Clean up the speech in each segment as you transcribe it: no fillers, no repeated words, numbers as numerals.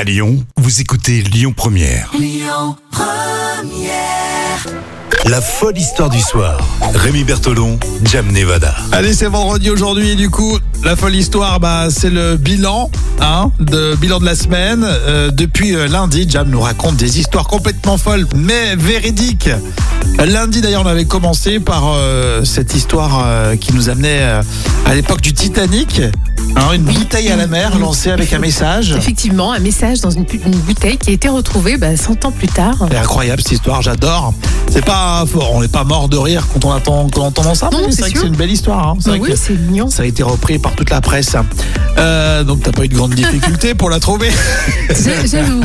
À Lyon, vous écoutez Lyon Première. Lyon Première. La folle histoire du soir. Rémi Bertolon, Jam Nevada. Allez, c'est vendredi aujourd'hui et du coup, la folle histoire, c'est le bilan de la semaine. Depuis lundi, Jam nous raconte des histoires complètement folles, mais véridiques. Lundi, d'ailleurs, on avait commencé par cette histoire qui nous amenait à l'époque du Titanic. Une bouteille à la mer lancée avec un message. Effectivement, un message dans une bouteille qui a été retrouvée 100 ans plus tard. C'est incroyable cette histoire, j'adore. C'est pas fort, on n'est pas mort de rire quand on entend ça. Non, mais c'est vrai que c'est une belle histoire. C'est vrai oui, que c'est mignon. ça a été repris par toute la presse. Donc t'as pas eu de grande difficulté pour la trouver. J'avoue.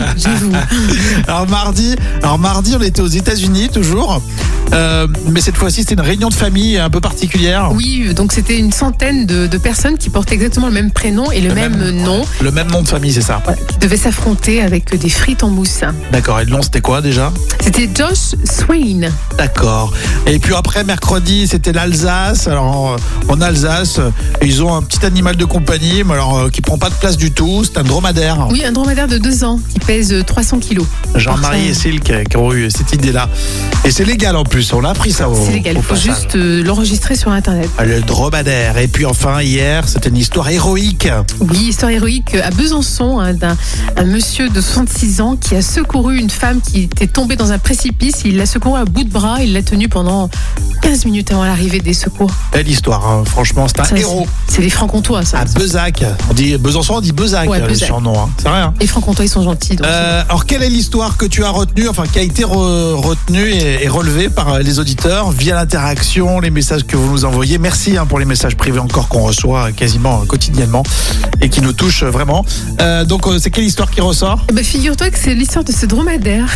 Alors mardi, on était aux États-Unis toujours. Mais cette fois-ci, c'était une réunion de famille un peu particulière. Oui, donc c'était une centaine de personnes qui portaient exactement le même prénom et le même nom. Le même nom de famille, c'est ça. Voilà, qui devaient s'affronter avec des frites en mousse. D'accord, et le nom c'était quoi déjà? C'était Josh Swain. D'accord. Et puis après, mercredi, c'était l'Alsace. Alors en Alsace, ils ont un petit animal de compagnie, mais alors qui prend pas de place du tout. C'est un dromadaire. Oui, un dromadaire de 2 ans qui pèse 300 kilos. Jean-Marie et Silke qui ont eu cette idée-là. Et c'est légal en plus, on a appris ça C'est légal, il faut juste l'enregistrer sur Internet. Le dromadaire. Et puis enfin, hier, c'était une histoire héroïque. Oui, histoire héroïque à Besançon, d'un monsieur de 66 ans qui a secouru une femme qui était tombée dans un précipice. Il l'a secouru à bout de bras, il l'a tenue pendant 15 minutes avant l'arrivée des secours. Belle histoire, franchement, c'est un héros. C'est les Francs-Comtois, ça. À Bezac. Besançon, on dit Bezac, ouais, le surnom. C'est rien. Les Francs-Comtois, ils sont gentils. Donc alors, quelle est l'histoire que tu as retenue, qui a été retenue et relevée par les auditeurs via l'interaction, les messages que vous nous envoyez? Merci pour les messages privés encore qu'on reçoit quasiment quotidiennement et qui nous touchent vraiment. Donc, c'est quelle histoire qui ressort? Figure-toi que c'est l'histoire de ce dromadaire.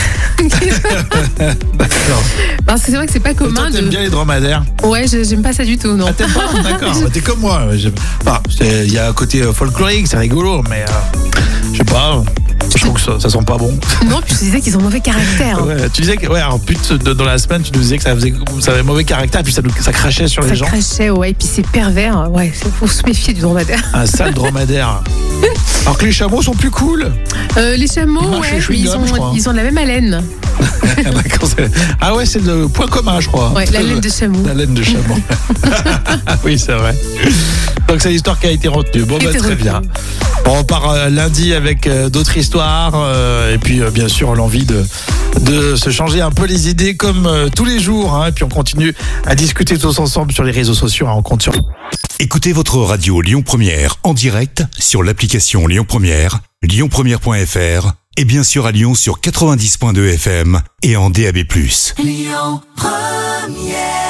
D'accord. Parce que c'est vrai que c'est pas commun. Toi, t'aimes bien les dromadaires? Ouais, j'aime pas ça du tout, non. Ah, t'aimes pas? D'accord, t'es comme moi. Il y a un côté folklorique, c'est rigolo, mais je sais pas. Je trouve que ça sent pas bon. Non, puis je disais qu'ils ont mauvais caractère. Ouais, tu disais que, en plus, dans la semaine, tu nous disais que ça avait mauvais caractère, et puis ça crachait sur les gens. Ça crachait, ouais, et puis c'est pervers. Ouais, faut se méfier du dromadaire. Un sale dromadaire. Alors que les chameaux sont plus cool. Les chameaux, ils ont la même haleine. Ah ouais, c'est le point commun, je crois. Ouais, la laine de chameau. La laine de chameau. Oui, c'est vrai. Donc c'est l'histoire qui a été retenue. Bon, très bien. On repart lundi avec d'autres histoires et puis bien sûr l'envie de se changer un peu les idées comme tous les jours. Et puis on continue à discuter tous ensemble sur les réseaux sociaux. On compte sur. Écoutez votre radio Lyon Première en direct sur l'application Lyon Première, lyonpremière.fr et bien sûr à Lyon sur 90.2 FM et en DAB+. Lyon Première.